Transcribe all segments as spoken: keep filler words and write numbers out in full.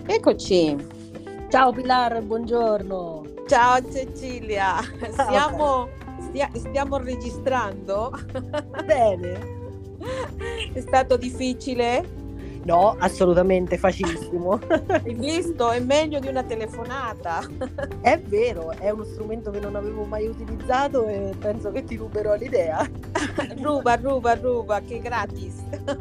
Eccoci. Ciao Pilar, buongiorno. Ciao Cecilia, Ciao. siamo, stia- stiamo registrando? Bene? È stato difficile? No, assolutamente facilissimo. Hai visto? È meglio di una telefonata. È vero, è uno strumento che non avevo mai utilizzato e penso che ti ruberò l'idea. Ruba, ruba, ruba, che gratis.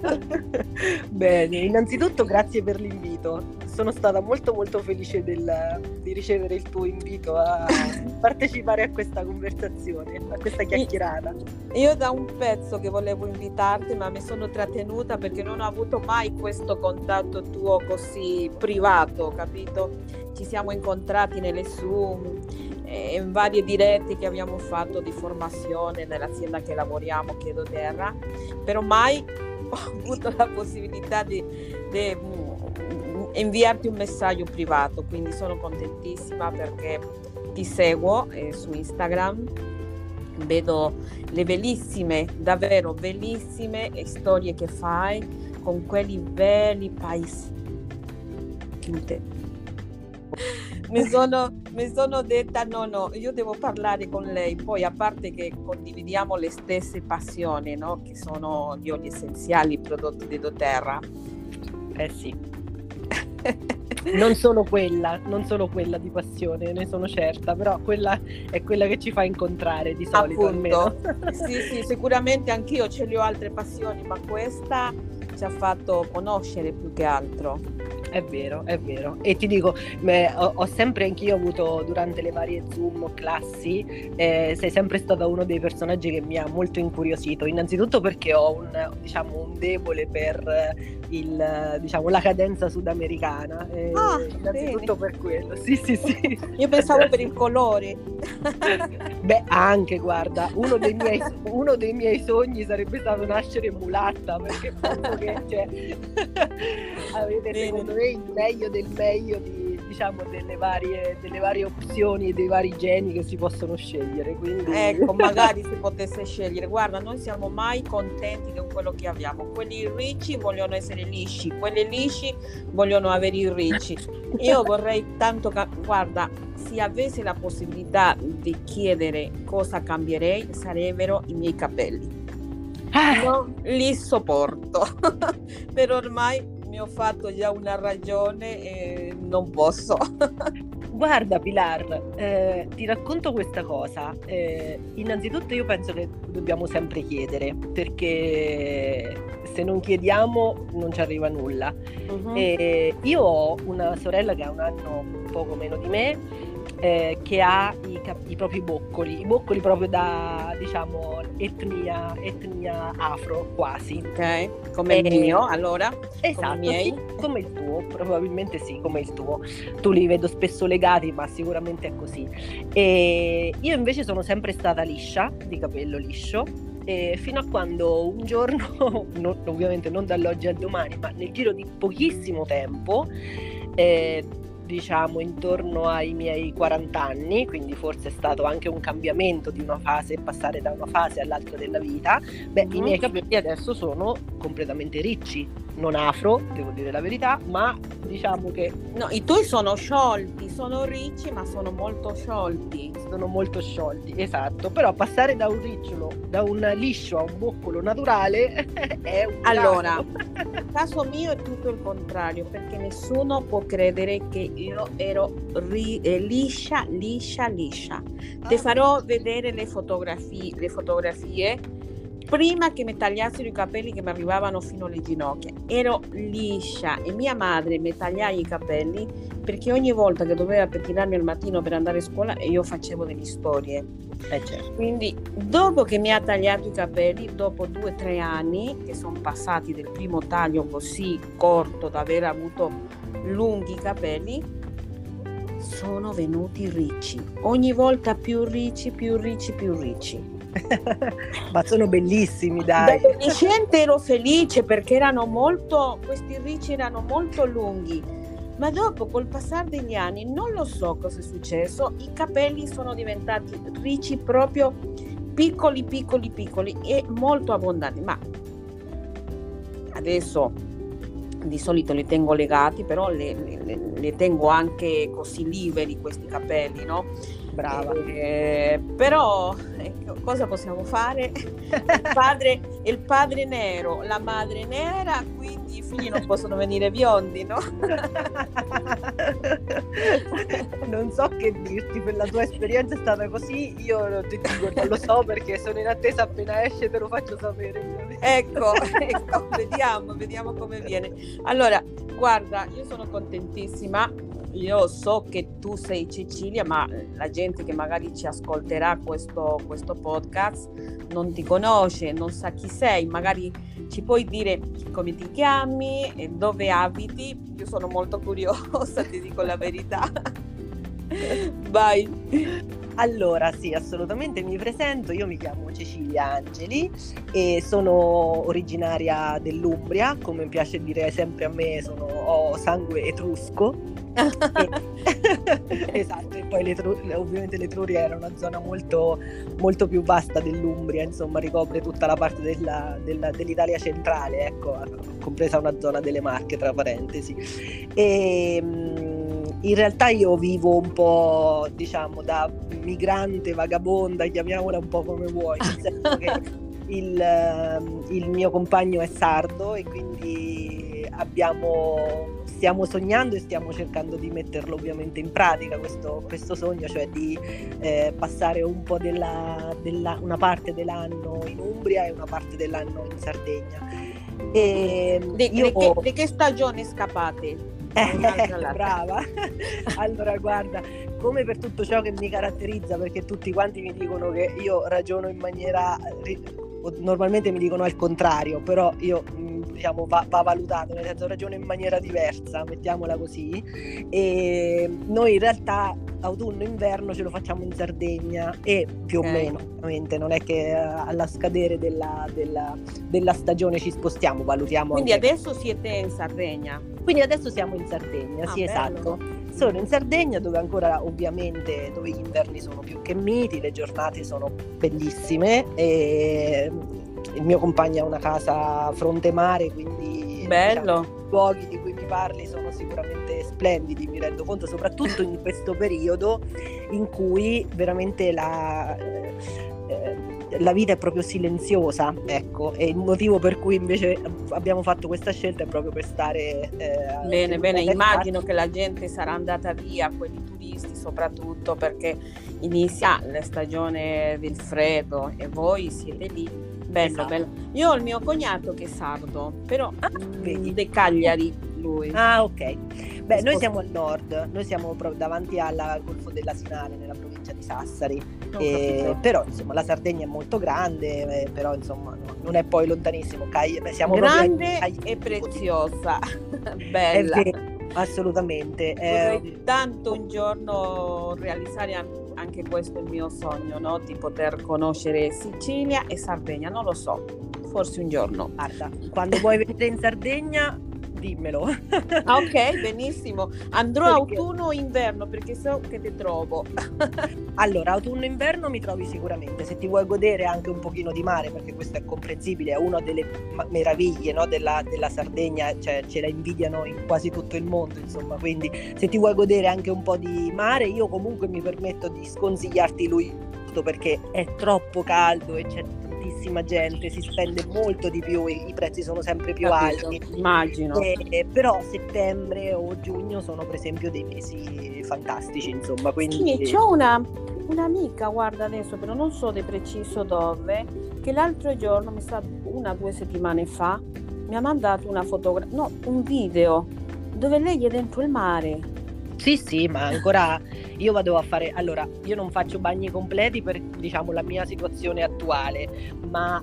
Bene, innanzitutto grazie per l'invito. Sono stata molto molto felice del- di ricevere il tuo invito a partecipare a questa conversazione, a questa chiacchierata. Io da un pezzo che volevo invitarti, ma mi sono trattenuta perché non ho avuto mai questo contatto tuo così privato, capito? Ci siamo incontrati nelle Zoom, eh, in varie dirette che abbiamo fatto di formazione nell'azienda che lavoriamo, che è doTERRA, però mai ho avuto la possibilità di, di mm, inviarti un messaggio privato, quindi sono contentissima perché ti seguo eh, su Instagram. Vedo le bellissime, davvero bellissime storie che fai con quelli belli paesi. Mi sono, mi sono detta no, no, io devo parlare con lei. Poi, a parte che condividiamo le stesse passioni, no? Che sono gli oli essenziali, i prodotti di doTERRA. Eh sì. Non solo quella, non solo quella di passione, ne sono certa, però quella è quella che ci fa incontrare di solito. Appunto, Almeno. sì, sì, sicuramente anch'io ce le ho altre passioni, ma questa ci ha fatto conoscere più che altro. È vero, è vero. E ti dico, me, ho, ho sempre anch'io avuto durante le varie Zoom o classi, eh, sei sempre stata uno dei personaggi che mi ha molto incuriosito. Innanzitutto perché ho un, diciamo, un debole per il, diciamo, la cadenza sudamericana. Eh, Ah, innanzitutto bene. per quello. Sì, sì, sì. Io pensavo per il colore. Beh, anche, guarda, uno dei miei, uno dei miei sogni sarebbe stato nascere mulatta, perché penso che cioè, avete Bene. secondo me il meglio del meglio di, diciamo, delle varie, delle varie opzioni e dei vari geni che si possono scegliere. Quindi... Ecco, magari si potesse scegliere. Guarda, noi siamo mai contenti con quello che abbiamo. Quelli ricci vogliono essere lisci, quelli lisci vogliono avere i ricci. Io vorrei tanto, ca- guarda, se avessi la possibilità di chiedere cosa cambierei, sarebbero i miei capelli. Non li sopporto, per ormai mi ho fatto già una ragione e non posso. Guarda Pilar, eh, ti racconto questa cosa. Eh, innanzitutto io penso che dobbiamo sempre chiedere, perché se non chiediamo non ci arriva nulla. Mhm. E io ho una sorella che ha un anno poco meno di me, eh, che ha i, cap- i propri boccoli, i boccoli proprio da, diciamo, etnia, etnia afro quasi. Ok, come il E- mio, allora, Esatto, come i miei. sì, come il tuo, probabilmente sì, come il tuo. Tu li vedo spesso legati, ma sicuramente è così. E io invece sono sempre stata liscia, di capello liscio, e fino a quando un giorno, non- ovviamente non dall'oggi al domani, ma nel giro di pochissimo tempo, eh, diciamo intorno ai miei quaranta anni, quindi forse è stato anche un cambiamento di una fase, passare da una fase all'altra della vita, beh, Mhm. i miei capelli adesso sono completamente ricci, non afro, devo dire la verità, ma diciamo che No, i tuoi sono sciolti, sono ricci, ma sono molto sciolti. sono molto sciolti, esatto, però passare da un ricciolo, da un liscio a un boccolo naturale è un Allora, miracolo. nel caso mio è tutto il contrario, perché nessuno può credere che io ero ri- eh, liscia, liscia, liscia. Ti Ah. farò vedere le fotografie, le fotografie prima che mi tagliassero i capelli che mi arrivavano fino alle ginocchia. Ero liscia e mia madre mi tagliava i capelli perché ogni volta che doveva pettinarmi al mattino per andare a scuola io facevo delle storie. Eh certo. Quindi dopo che mi ha tagliato i capelli, dopo due o tre anni che sono passati del primo taglio così corto da aver avuto lunghi capelli, sono venuti ricci, ogni volta più ricci, più ricci, più ricci. Ma sono bellissimi, Da dai. adolescente ero felice perché erano molto, questi ricci erano molto lunghi, ma dopo col passare degli anni non lo so cosa è successo, i capelli sono diventati ricci proprio piccoli piccoli piccoli e molto abbondanti, ma adesso di solito li tengo legati, però le, le, le tengo anche così liberi questi capelli, no? Brava. Eh, però ecco, cosa possiamo fare? Il padre, il padre nero, la madre nera, quindi i figli non possono venire biondi, no? Non so che dirti, per la tua esperienza è stata così, io non ti dico, non lo so, perché sono in attesa, appena esce te lo faccio sapere. Ecco, ecco, vediamo, vediamo come viene. Allora, guarda, io sono contentissima. Io so che tu sei Cecilia, ma la gente che magari ci ascolterà questo, questo podcast non ti conosce, non sa chi sei. Magari ci puoi dire come ti chiami e dove abiti. Io sono molto curiosa, ti dico la verità. Vai. Allora, sì, assolutamente mi presento. Io mi chiamo Cecilia Angeli e sono originaria dell'Umbria. Come piace dire sempre a me, sono, ho sangue etrusco. E, esatto, e poi l'Etru- ovviamente l'Etruria era una zona molto, molto più vasta dell'Umbria, insomma ricopre tutta la parte della, della, dell'Italia centrale, ecco, compresa una zona delle Marche, tra parentesi. E in realtà io vivo un po', diciamo, da migrante, vagabonda, chiamiamola un po' come vuoi, nel senso che il, il mio compagno è sardo e quindi abbiamo... stiamo sognando e stiamo cercando di metterlo ovviamente in pratica questo, questo sogno, cioè di eh, passare un po' della, della, una parte dell'anno in Umbria e una parte dell'anno in Sardegna. E di, io... di, che, di che stagione scappate? Eh, brava. Allora guarda, come per tutto ciò che mi caratterizza, perché tutti quanti mi dicono che io ragiono in maniera, normalmente mi dicono al contrario, però io diciamo va, va valutato, nel senso ragiono in maniera diversa, mettiamola così. E noi in realtà autunno-inverno ce lo facciamo in Sardegna e più okay. o meno, ovviamente non è che alla scadere della, della, della stagione ci spostiamo, valutiamo. Quindi anche... adesso siete in Sardegna? Quindi adesso siamo in Sardegna, ah, sì, bello. Esatto. Sono in Sardegna, dove ancora ovviamente dove gli inverni sono più che miti, le giornate sono bellissime e il mio compagno ha una casa fronte mare, quindi bello. Diciamo, i luoghi di cui mi parli sono sicuramente splendidi, mi rendo conto, soprattutto in questo periodo in cui veramente la, eh, la vita è proprio silenziosa, ecco, e il motivo per cui invece abbiamo fatto questa scelta è proprio per stare eh, bene, bene, immagino che la gente sarà andata via, quelli turisti soprattutto, perché inizia la stagione del freddo e voi siete lì. Bello, esatto. Bello. Io ho il mio cognato che è sardo, però ah, mh, de Cagliari lui. Ah, ok. Beh, noi siamo al nord, noi siamo proprio davanti al Golfo dell'Asinale, nella provincia di Sassari. E, però insomma la Sardegna è molto grande, eh, però insomma no, non è poi lontanissimo. Cagli- beh, siamo grande ai- e preziosa. Bella. È vero, assolutamente. Vorrei eh, tanto un giorno realizzare anche questo è il mio sogno, no? Di poter conoscere Sicilia e Sardegna, non lo so, forse un giorno. Guarda, quando vuoi venire in Sardegna dimmelo. Ah, ok, benissimo. Andrò perché... autunno o inverno, perché so che ti trovo. Allora, autunno-inverno mi trovi sicuramente. Se ti vuoi godere anche un pochino di mare, perché questo è comprensibile, è una delle meraviglie, no, della, della Sardegna, cioè ce la invidiano in quasi tutto il mondo, insomma. Quindi se ti vuoi godere anche un po' di mare, io comunque mi permetto di sconsigliarti lui, perché è troppo caldo e c'è tantissima gente, si spende molto di più, i, i prezzi sono sempre più Capito, alti, immagino. E, però settembre o giugno sono per esempio dei mesi fantastici, insomma. Quindi sì, c'ho una un'amica, guarda adesso, però non so di preciso dove, che l'altro giorno, mi sa una o due settimane fa, mi ha mandato una fotografia, no, un video dove lei è dentro il mare. Sì, sì, ma ancora io vado a fare, allora io non faccio bagni completi per, diciamo, la mia situazione attuale, ma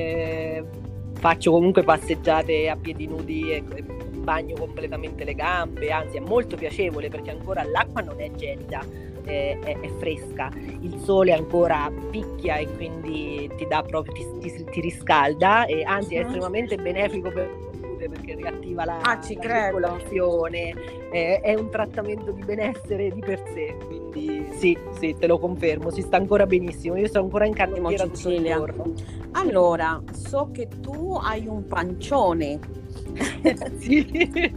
eh, faccio comunque passeggiate a piedi nudi e bagno completamente le gambe, anzi è molto piacevole perché ancora l'acqua non è gelida, è, è, è fresca, il sole ancora picchia e quindi ti dà proprio, ti, ti, ti riscalda e anzi è estremamente benefico per perché riattiva la, ah, ci la circolazione, eh, è un trattamento di benessere di per sé, quindi sì, sì, te lo confermo, si sta ancora benissimo, io sto ancora in canottiera tutto il giorno. Allora, so che tu hai un pancione Sì.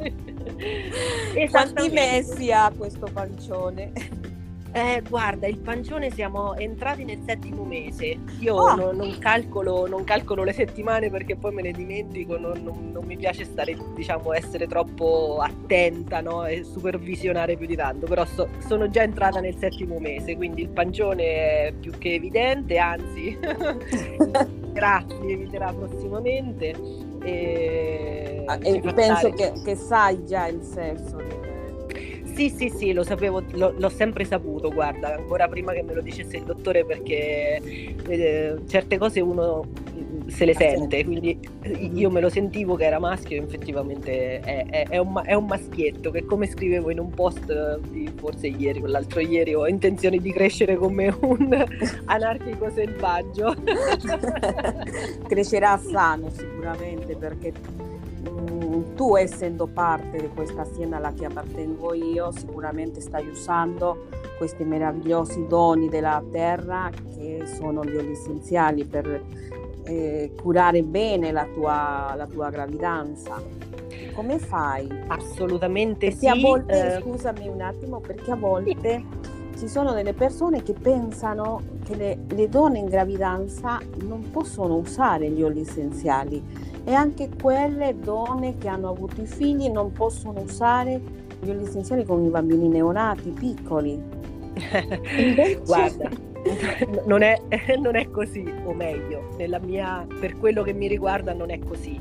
Quanti Esattamente. mesi ha questo pancione? Eh, guarda, il pancione siamo entrati nel settimo mese. Io Ah, no- non calcolo, non calcolo le settimane perché poi me le dimentico, non, non- non mi piace stare, diciamo, essere troppo attenta, no? E supervisionare più di tanto, però so- sono già entrata nel settimo mese, quindi il pancione è più che evidente, anzi, lieviterà, lieviterà prossimamente e ah, ci e fa penso stare. che, che sai già il senso. di- Sì, sì, sì, lo sapevo, lo- l'ho sempre saputo, guarda, ancora prima che me lo dicesse il dottore, perché eh, certe cose uno mm, se le Ah, sì. sente, quindi eh, io me lo sentivo che era maschio, effettivamente è, è- è un, ma- è un maschietto che, come scrivevo in un post eh, di forse ieri o l'altro ieri, ho intenzione di crescere come un anarchico selvaggio. Crescerà sano sicuramente perché mm, tu, essendo parte di questa azienda alla che appartengo io, sicuramente stai usando questi meravigliosi doni della terra che sono gli oli essenziali per eh, curare bene la tua, la tua gravidanza. Come fai? Assolutamente Perché a sì. volte, eh, scusami un attimo, perché a sì. volte ci sono delle persone che pensano che le, le donne in gravidanza non possono usare gli oli essenziali e anche quelle donne che hanno avuto i figli non possono usare gli oli essenziali con i bambini neonati piccoli. Invece, Guarda, non è, non è così, o meglio, nella mia, per quello che mi riguarda non è così.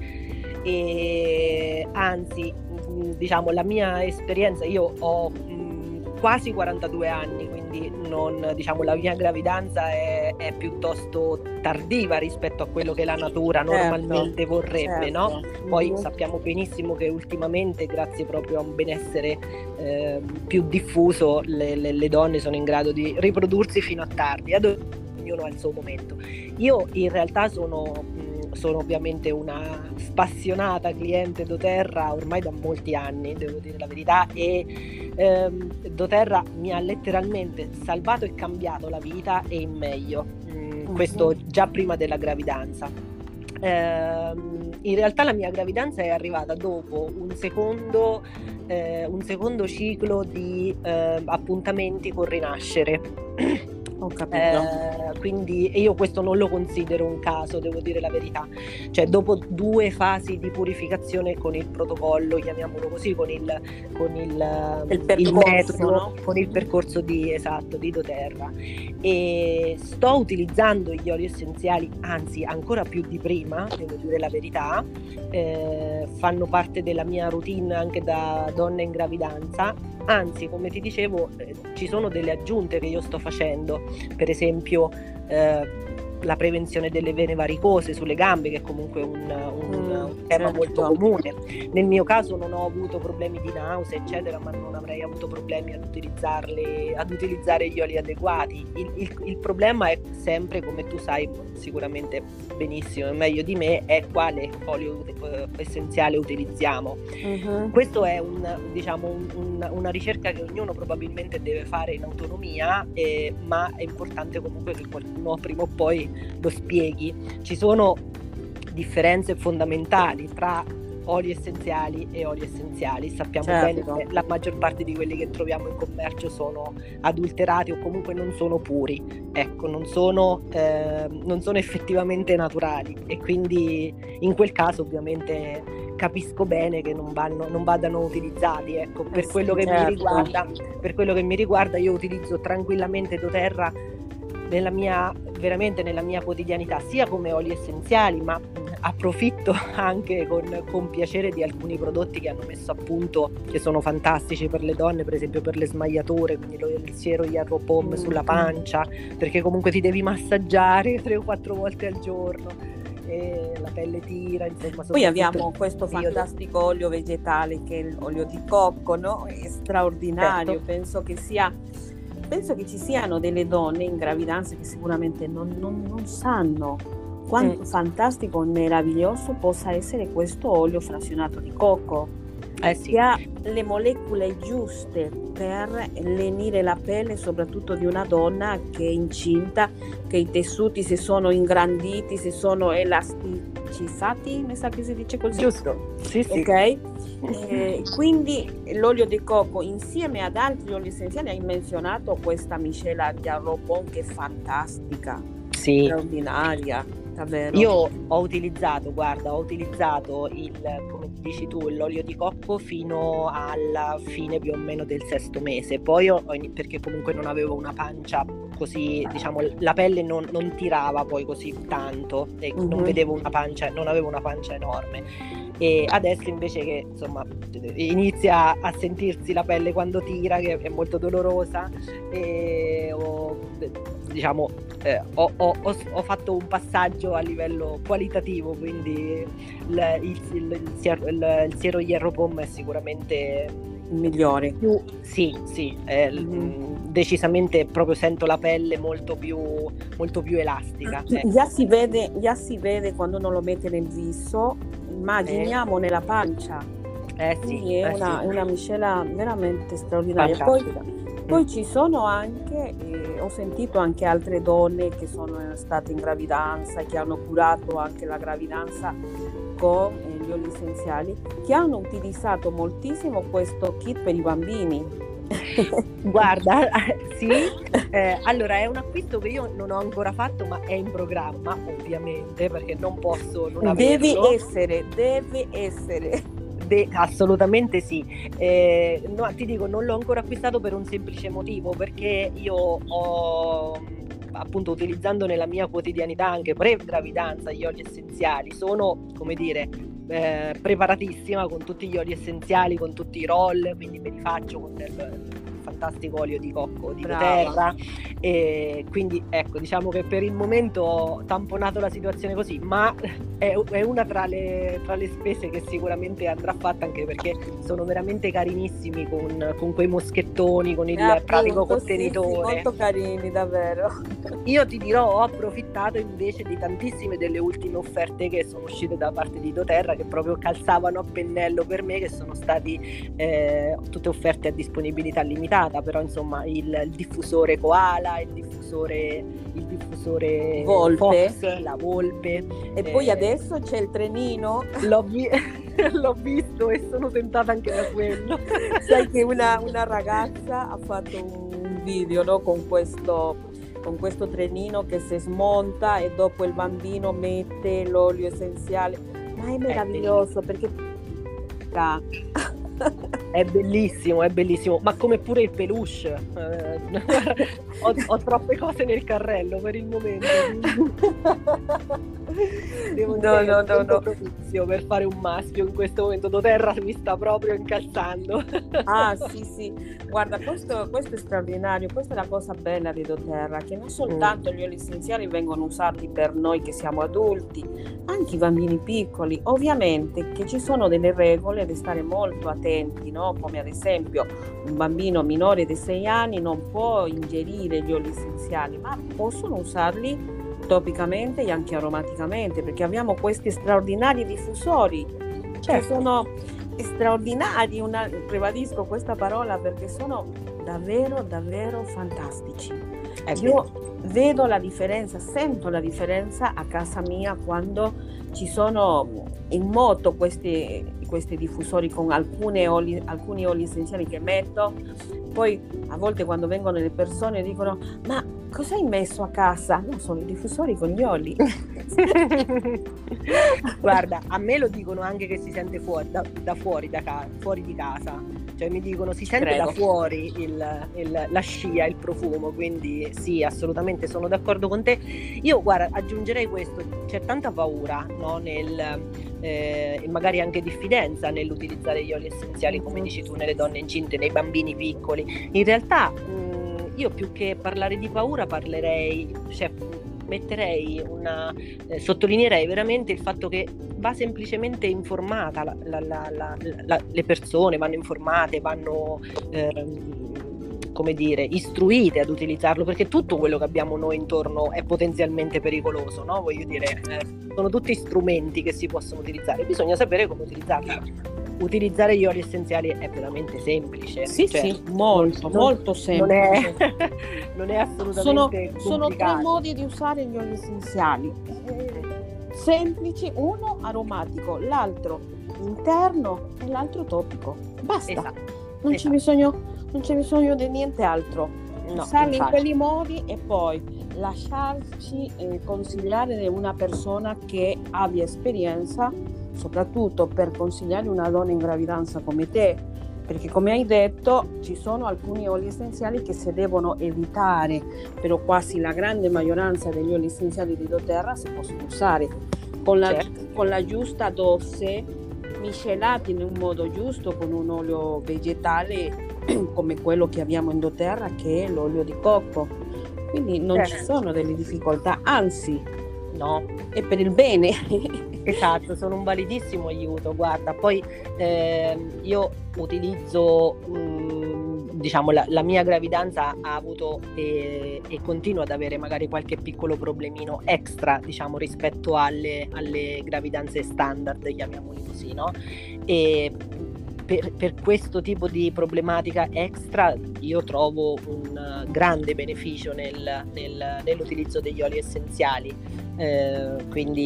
E anzi, mh, diciamo, la mia esperienza, io ho mh, quasi quarantadue anni, quindi non, diciamo, la mia gravidanza è, è piuttosto tardiva rispetto a quello che la natura normalmente certo, vorrebbe, no? certo. Poi Mhm. sappiamo benissimo che ultimamente, grazie proprio a un benessere eh, più diffuso, le, le- le donne sono in grado di riprodursi fino a tardi, ad ognuno ha il suo momento. Io in realtà sono, mh, sono ovviamente una spassionata cliente doTERRA ormai da molti anni, devo dire la verità, e ehm, doTERRA mi ha letteralmente salvato e cambiato la vita e in meglio, mh, questo Mhm. già prima della gravidanza. Ehm, in realtà la mia gravidanza è arrivata dopo un secondo, eh, un secondo ciclo di eh, appuntamenti con Rinascere. Ho capito. Eh, quindi io questo non lo considero un caso, devo dire la verità. Cioè, dopo due fasi di purificazione con il protocollo, chiamiamolo così, con il, con il, Il il percorso, metodo, no? con il percorso di, esatto, di doTERRA, e sto utilizzando gli oli essenziali, anzi ancora più di prima, devo dire la verità. Eh, fanno parte della mia routine anche da donna in gravidanza. Anzi, come ti dicevo, eh, ci sono delle aggiunte che io sto facendo, per esempio eh, la prevenzione delle vene varicose sulle gambe, che è comunque un, un, Mm, un tema certo. molto comune. Nel mio caso non ho avuto problemi di nausea, eccetera, ma non avrei avuto problemi ad utilizzarli, ad utilizzare gli oli adeguati. Il, il, il problema è sempre, come tu sai sicuramente benissimo e meglio di me, è quale olio eh, essenziale utilizziamo. Mhm. Questo è un, diciamo, un, un, una ricerca che ognuno probabilmente deve fare in autonomia, eh, ma è importante comunque che qualcuno prima o poi lo spieghi. Ci sono differenze fondamentali tra oli essenziali e oli essenziali. Sappiamo Certo. bene che la maggior parte di quelli che troviamo in commercio sono adulterati o comunque non sono puri, ecco, non sono, eh, non sono effettivamente naturali, e quindi in quel caso ovviamente capisco bene che non, vanno, non vadano utilizzati, ecco. Per Eh sì, quello che certo. mi riguarda, per quello che mi riguarda, io utilizzo tranquillamente doTERRA nella mia, veramente nella mia quotidianità, sia come oli essenziali, ma approfitto anche con, con piacere di alcuni prodotti che hanno messo a punto, che sono fantastici per le donne, per esempio per le smagliature, quindi lo, il siero Hydro Pomme Mm. sulla pancia, perché comunque ti devi massaggiare tre o quattro volte al giorno e la pelle tira, insomma. Poi soprattutto abbiamo in questo periodo. fantastico olio vegetale che è l'olio di cocco, no? È straordinario. Certo. Penso che sia, penso che ci siano delle donne in gravidanza che sicuramente non, non- non sanno quanto Mm. fantastico e meraviglioso possa essere questo olio frazionato di cocco, Eh sì. che ha le molecole giuste per lenire la pelle, soprattutto di una donna che è incinta, che i tessuti si sono ingranditi, si sono arancissati, mi sa che si dice così. Giusto, sì sì. Ok? Eh, quindi l'olio di cocco insieme ad altri oli essenziali, hai menzionato questa miscela di arrobon che è fantastica, Sì. straordinaria, davvero. Io ho utilizzato, guarda, ho utilizzato il, come dici tu, l'olio di cocco fino alla fine più o meno del sesto mese. Poi ho, ho- perché comunque non avevo una pancia così, diciamo, la pelle non, non tirava poi così tanto e non Mhm. vedevo una pancia, non avevo una pancia enorme. E adesso invece che insomma inizia a sentirsi la pelle quando tira, che è molto dolorosa, e ho, diciamo, eh, ho, ho- ho- ho fatto un passaggio a livello qualitativo, quindi il, il, il, il siero, il, il siero Hierropom è sicuramente Il migliore. più, sì, sì, è, Mhm. mh, decisamente proprio sento la pelle molto più, molto più elastica. ecco. Già si vede, già si vede quando uno lo mette nel viso, immaginiamo nella pancia. Eh sì, Quindi è eh una, sì, una miscela veramente straordinaria. Poi, fantastica. poi Mm. ci sono anche, eh, ho sentito anche altre donne che sono state in gravidanza e che hanno curato anche la gravidanza con eh, gli oli essenziali, che hanno utilizzato moltissimo questo kit per i bambini. Guarda, sì, eh, allora è un acquisto che io non ho ancora fatto, ma è in programma, ovviamente, perché non posso non Devi averlo. essere, deve essere. De- assolutamente sì. Eh, no, ti dico, non l'ho ancora acquistato per un semplice motivo, perché io ho, appunto, utilizzando nella mia quotidianità anche pre-gravidanza gli oli essenziali, sono, come dire, eh, preparatissima con tutti gli oli essenziali, con tutti i roll, quindi me li faccio con il fantastico olio di cocco di Brava. doTERRA, e quindi ecco, diciamo che per il momento ho tamponato la situazione così, ma è, è una tra le, tra le spese che sicuramente andrà fatta, anche perché sono veramente carinissimi con, con quei moschettoni, con il Eh, pratico appunto, sì, sì, contenitore. molto carini, davvero. Io ti dirò, ho approfittato invece di tantissime delle ultime offerte che sono uscite da parte di doTERRA, che proprio calzavano a pennello per me, che sono stati eh, tutte offerte a disponibilità limitata, però insomma il, il diffusore Koala, il diffusore, il diffusore Volpe. Fox, la Volpe. E poi eh, adesso c'è il trenino. l'ho, vi- l'ho visto e sono tentata anche da quello. Sai che una, una ragazza ha fatto un video, no, con questo, con questo trenino che si smonta e dopo il bambino mette l'olio essenziale. Ma è meraviglioso perché È bellissimo, è bellissimo, ma come pure il peluche. Eh, ho, ho troppe cose nel carrello per il momento. Devo No, dire no, che è no, molto no. propizio per fare un maschio in questo momento. doTERRA mi sta proprio incalzando. Ah, sì, sì. Guarda, questo, questo è straordinario. Questa è la cosa bella di doTERRA, che non soltanto gli oli essenziali vengono usati per noi che siamo adulti, anche i bambini piccoli. Ovviamente che ci sono delle regole da stare molto attenti, no? Come ad esempio un bambino minore di sei anni non può ingerire gli oli essenziali, ma possono usarli topicamente e anche aromaticamente, perché abbiamo questi straordinari diffusori che Certo. sono straordinari, una, ribadisco questa parola perché sono davvero davvero fantastici. È Io vedo la differenza, sento la differenza a casa mia quando ci sono in moto questi, questi diffusori con alcune oli, alcuni oli essenziali che metto. Poi a volte quando vengono le persone dicono: ma cosa hai messo a casa? No, sono i diffusori con gli oli. Guarda, a me lo dicono anche che si sente fuori, da, da fuori, da ca- fuori di casa, cioè mi dicono si sente Credo. da fuori il, il- la scia, il profumo, quindi sì, assolutamente sono d'accordo con te. Io guarda, aggiungerei questo, c'è tanta paura, no, nel, eh, e magari anche diffidenza nell'utilizzare gli oli essenziali, come dici tu, nelle donne incinte, nei bambini piccoli. In realtà mh, io più che parlare di paura parlerei, cioè metterei una, eh, sottolineerei veramente il fatto che va semplicemente informata la, la, la, la, la, le persone vanno informate, vanno ehm, come dire, istruite ad utilizzarlo, perché tutto quello che abbiamo noi intorno è potenzialmente pericoloso, no? Voglio dire, eh, sono tutti strumenti che si possono utilizzare, bisogna sapere come utilizzarli. Utilizzare gli oli essenziali è veramente semplice. Sì, cioè, sì, molto, non, molto semplice. Non è, non è Sono, assolutamente sono tre complicato. modi di usare gli oli essenziali. Eh, semplici, uno aromatico, l'altro interno e l'altro topico. Basta. Esatto. Non esatto. c'è bisogno, non c'è bisogno di niente altro. No, Usarli in infatti. quelli modi e poi lasciarci eh, consigliare da una persona che abbia esperienza, soprattutto per consigliare una donna in gravidanza come te, perché come hai detto ci sono alcuni oli essenziali che si devono evitare, però quasi la grande maggioranza degli oli essenziali di doTERRA si possono usare con la, Certo. con la giusta dose, miscelati in un modo giusto con un olio vegetale come quello che abbiamo in doTERRA, che è l'olio di cocco. Quindi non Certo. ci sono delle difficoltà, anzi No, è per il bene. esatto, sono un validissimo aiuto. Guarda, poi ehm, io utilizzo, mh, diciamo, la, la mia gravidanza ha avuto e, e continua ad avere magari qualche piccolo problemino extra, diciamo, rispetto alle, alle gravidanze standard, chiamiamoli così, no? E per, per questo tipo di problematica extra io trovo un grande beneficio nel, nel, nell'utilizzo degli oli essenziali. Eh,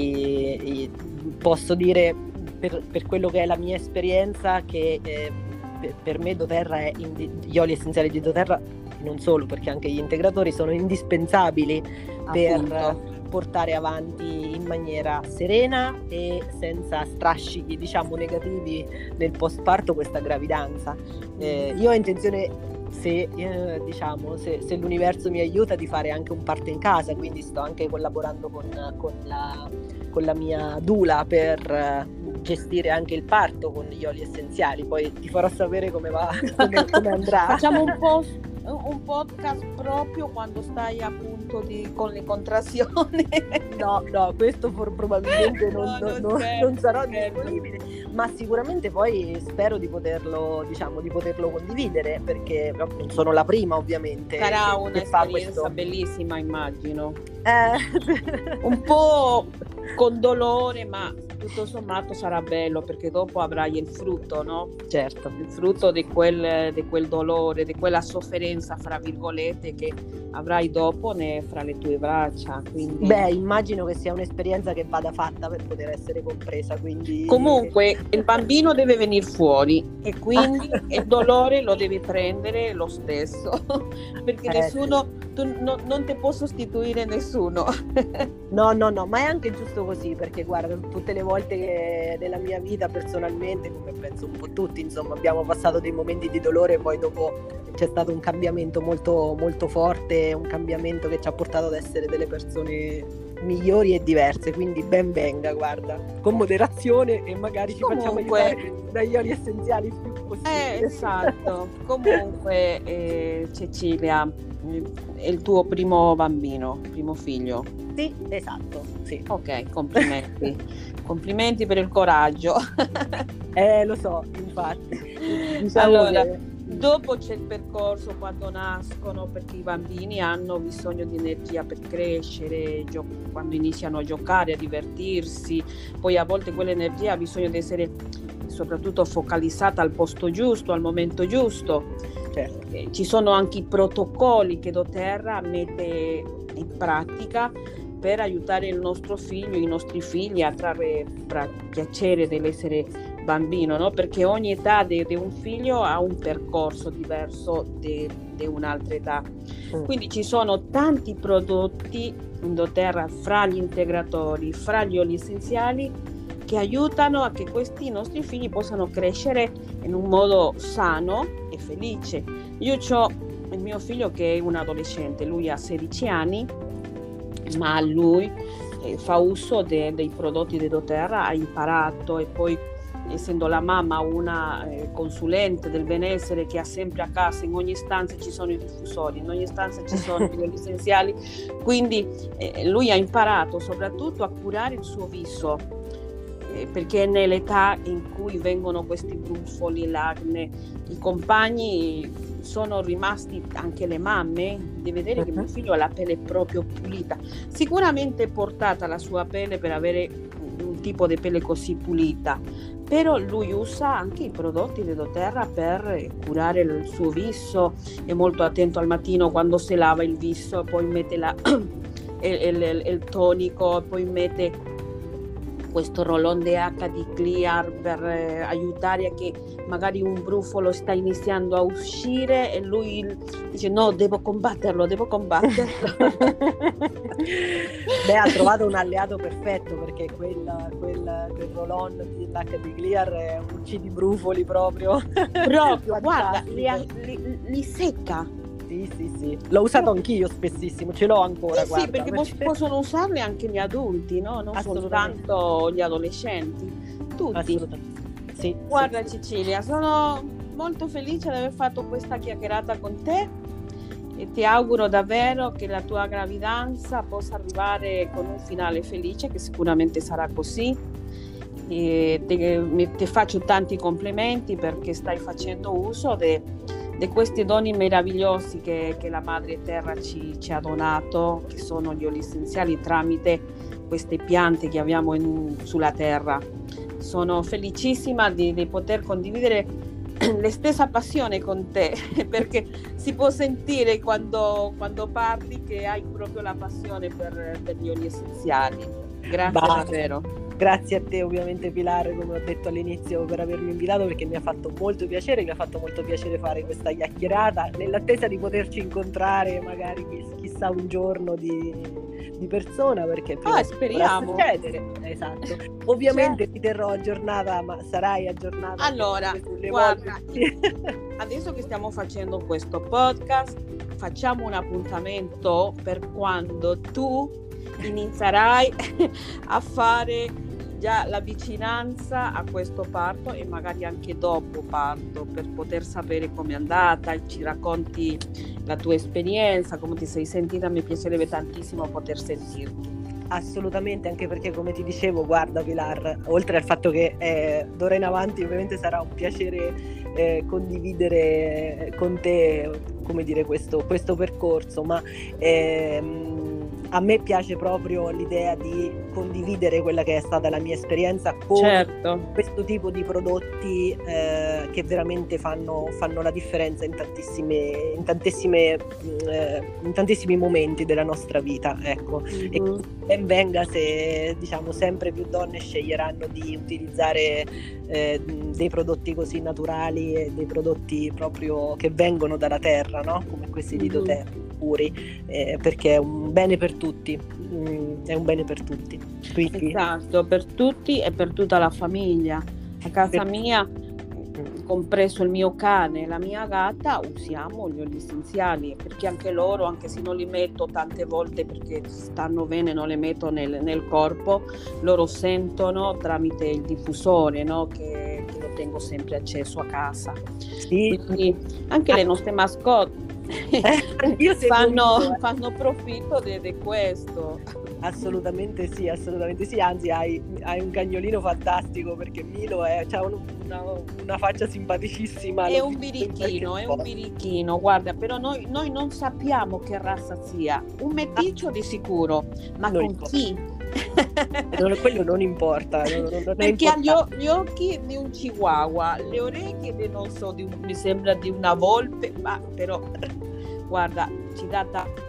quindi posso dire per, per quello che è la mia esperienza che eh, per, per me doTERRA è indi- gli oli essenziali di doTERRA, non solo, perché anche gli integratori sono indispensabili per Appunto. portare avanti in maniera serena e senza strascichi, diciamo, negativi nel postparto questa gravidanza. Eh, io ho intenzione, se eh, diciamo se, se l'universo mi aiuta, di fare anche un parto in casa, quindi sto anche collaborando con, con, la, con la mia doula per eh, gestire anche il parto con gli oli essenziali. Poi ti farò sapere come va, come, come andrà. Facciamo un po' un podcast proprio quando stai appunto di, con le contrazioni. No, no, questo for- probabilmente non, No, non, non non, scherzo, non sarò scherzo. disponibile, ma sicuramente poi spero di poterlo, diciamo, di poterlo condividere, perché non sono la prima, ovviamente, Sarà che- che fa un'esperienza questo. bellissima, immagino. Eh, Un po' con dolore, ma tutto sommato sarà bello, perché dopo avrai il frutto, no? certo. Il frutto di quel, di quel dolore, di quella sofferenza, fra virgolette, che avrai dopo ne, fra le tue braccia. Quindi... Beh, immagino che sia un'esperienza che vada fatta per poter essere compresa, quindi... Comunque il bambino deve venire fuori e quindi il dolore lo devi prendere lo stesso, perché Eh, nessuno, tu, no, non ti può sostituire nessuno. No, no, no, ma è anche giusto così, perché guarda, tutte le volte che nella mia vita personalmente, come penso un po' tutti, insomma, abbiamo passato dei momenti di dolore e poi dopo c'è stato un cambiamento molto, molto forte, un cambiamento che ci ha portato ad essere delle persone migliori e diverse, quindi ben venga, guarda, con moderazione, e magari ci facciamo Comunque- aiutare dagli oli essenziali il più possibile. Eh, esatto. Comunque, eh, Cecilia, è il tuo primo bambino, primo figlio. Sì, esatto, sì. Ok, complimenti. Complimenti per il coraggio. Eh, lo so, infatti. Diciamo Allora, che- dopo c'è il percorso quando nascono, perché i bambini hanno bisogno di energia per crescere, gio- quando iniziano a giocare, a divertirsi, poi a volte quell'energia ha bisogno di essere soprattutto focalizzata al posto giusto, al momento giusto. certo. Eh, ci sono anche i protocolli che doTERRA mette in pratica per aiutare il nostro figlio, i nostri figli a trarre pra- piacere dell'essere bambino, no? Perché ogni età di un figlio ha un percorso diverso di un'altra età. Mm. Quindi ci sono tanti prodotti in doTERRA, fra gli integratori, fra gli oli essenziali, che aiutano a che questi nostri figli possano crescere in un modo sano e felice. Io ho il mio figlio che è un adolescente, lui ha sedici anni, ma lui eh, fa uso de- dei prodotti di doTERRA, ha imparato, e poi, essendo la mamma una eh, consulente del benessere che ha sempre a casa, in ogni stanza ci sono i diffusori, in ogni stanza ci sono gli oli essenziali, quindi eh, lui ha imparato soprattutto a curare il suo viso, eh, perché è nell'età in cui vengono questi brufoli, l'acne. I compagni sono rimasti, anche le mamme, di vedere che mio figlio ha la pelle proprio pulita, sicuramente portata la sua pelle per avere un tipo di pelle così pulita, però lui usa anche i prodotti di doTERRA per curare il suo viso, è molto attento al mattino quando si lava il viso, poi mette la, il, il, il tonico, poi mette questo rollon D H di Clear per eh, aiutare a che magari un brufolo sta iniziando a uscire e lui dice no, devo combatterlo, devo combatterlo. Beh, ha trovato un alleato perfetto, perché quella, quella, quel roll-on di D H di Clear è un uccidi brufoli proprio. Proprio, guarda, li, li, li secca. Sì, sì, sì. L'ho usato anch'io spessissimo, ce l'ho ancora. Sì, guarda, sì, perché perché... possono usarli anche gli adulti, no? Non soltanto gli adolescenti, tutti. Assolutamente. Sì, guarda sì, Cecilia, sono molto felice di aver fatto questa chiacchierata con te e ti auguro davvero che la tua gravidanza possa arrivare con un finale felice, che sicuramente sarà così. E te, te faccio tanti complimenti perché stai facendo uso de di questi doni meravigliosi che, che la Madre Terra ci, ci ha donato, che sono gli oli essenziali tramite queste piante che abbiamo in, sulla Terra. Sono felicissima di, di poter condividere la stessa passione con te, perché si può sentire quando, quando parli che hai proprio la passione per, per gli oli essenziali. Grazie bah. davvero. Grazie a te ovviamente Pilar, come ho detto all'inizio, per avermi invitato, perché mi ha fatto molto piacere, mi ha fatto molto piacere fare questa chiacchierata, nell'attesa di poterci incontrare magari chissà un giorno di, di persona, perché ah, speriamo. Esatto. Ovviamente certo. Ti terrò aggiornata, ma sarai aggiornata. Allora, guarda, adesso che stiamo facendo questo podcast, facciamo un appuntamento per quando tu inizierai a fare già la vicinanza a questo parto e magari anche dopo parto, per poter sapere com'è andata, ci racconti la tua esperienza, come ti sei sentita. Mi piacerebbe tantissimo poter sentirti. Assolutamente, anche perché come ti dicevo, guarda Pilar, oltre al fatto che eh, d'ora in avanti ovviamente sarà un piacere eh, condividere con te, come dire, questo, questo percorso, ma ehm, a me piace proprio l'idea di condividere quella che è stata la mia esperienza con certo. questo tipo di prodotti eh, che veramente fanno, fanno la differenza in tantissime, in tantissime eh, in tantissimi momenti della nostra vita, ecco. Mm-hmm. E ben venga se, diciamo, sempre più donne sceglieranno di utilizzare eh, dei prodotti così naturali e dei prodotti proprio che vengono dalla terra, no? Come questi mm-hmm. ditotermi puri, eh, perché è un bene per tutti, mm, è un bene per tutti. Quindi... Esatto, per tutti e per tutta la famiglia. A casa per... mia, compreso il mio cane e la mia gatta, usiamo gli oli essenziali, perché anche loro, anche se non li metto tante volte perché stanno bene, non le metto nel, nel corpo, loro sentono tramite il diffusore, no? che, che lo tengo sempre acceso a casa. Sì. Quindi anche ah. le nostre mascotte Eh, io fanno, visto, eh. fanno profitto di questo. Assolutamente sì, assolutamente sì, anzi hai, hai un cagnolino fantastico, perché Milo è, c'ha un, una, una faccia simpaticissima. È un birichino, è un birichino, guarda, però noi, noi non sappiamo che razza sia, un meticcio ah. di sicuro, ma non con importa. Chi? Non, quello non importa, non, non perché ha gli, gli occhi di un chihuahua, le orecchie di, non so, di un, mi sembra di una volpe, ma però guarda, ci dà tanto.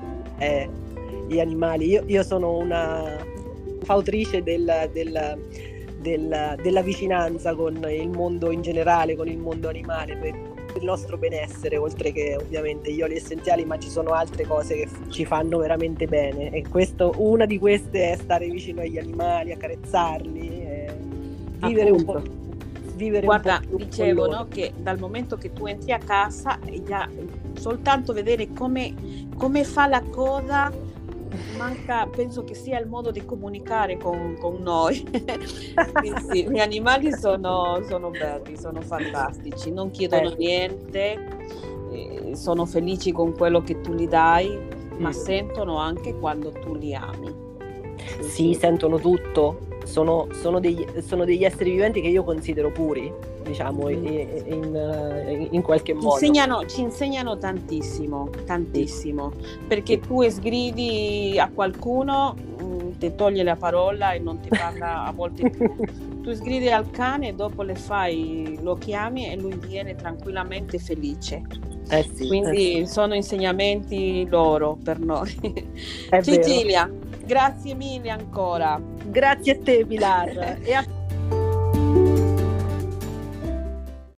Eh, gli animali, io, io sono una fautrice del, del, del, della vicinanza con il mondo in generale, con il mondo animale, per il nostro benessere, oltre che ovviamente gli oli essenziali, ma ci sono altre cose che ci fanno veramente bene, e questo, una di queste è stare vicino agli animali, accarezzarli, e vivere Appunto. un po'. Vivere Guarda, un po' dicevo, no, che dal momento che tu entri a casa, già, soltanto vedere come, come fa la coda, manca, penso che sia il modo di comunicare con, con noi. Sì, sì, gli animali sono, sono belli, sono fantastici, non chiedono eh. niente, eh, sono felici con quello che tu gli dai, ma mm. sentono anche quando tu li ami. Sì, sì, sentono tutto. Sono, sono, degli, sono degli esseri viventi che io considero puri, diciamo, in, in, in qualche modo. Insegnano, ci insegnano tantissimo, tantissimo, perché tu sgridi a qualcuno, ti toglie la parola e non ti parla a volte più. Tu sgridi al cane e dopo le fai, lo chiami e lui viene tranquillamente felice. Eh sì, Quindi eh sì. sono insegnamenti loro per noi. È Cecilia, vero. Grazie mille ancora. Grazie a te, Pilar, e a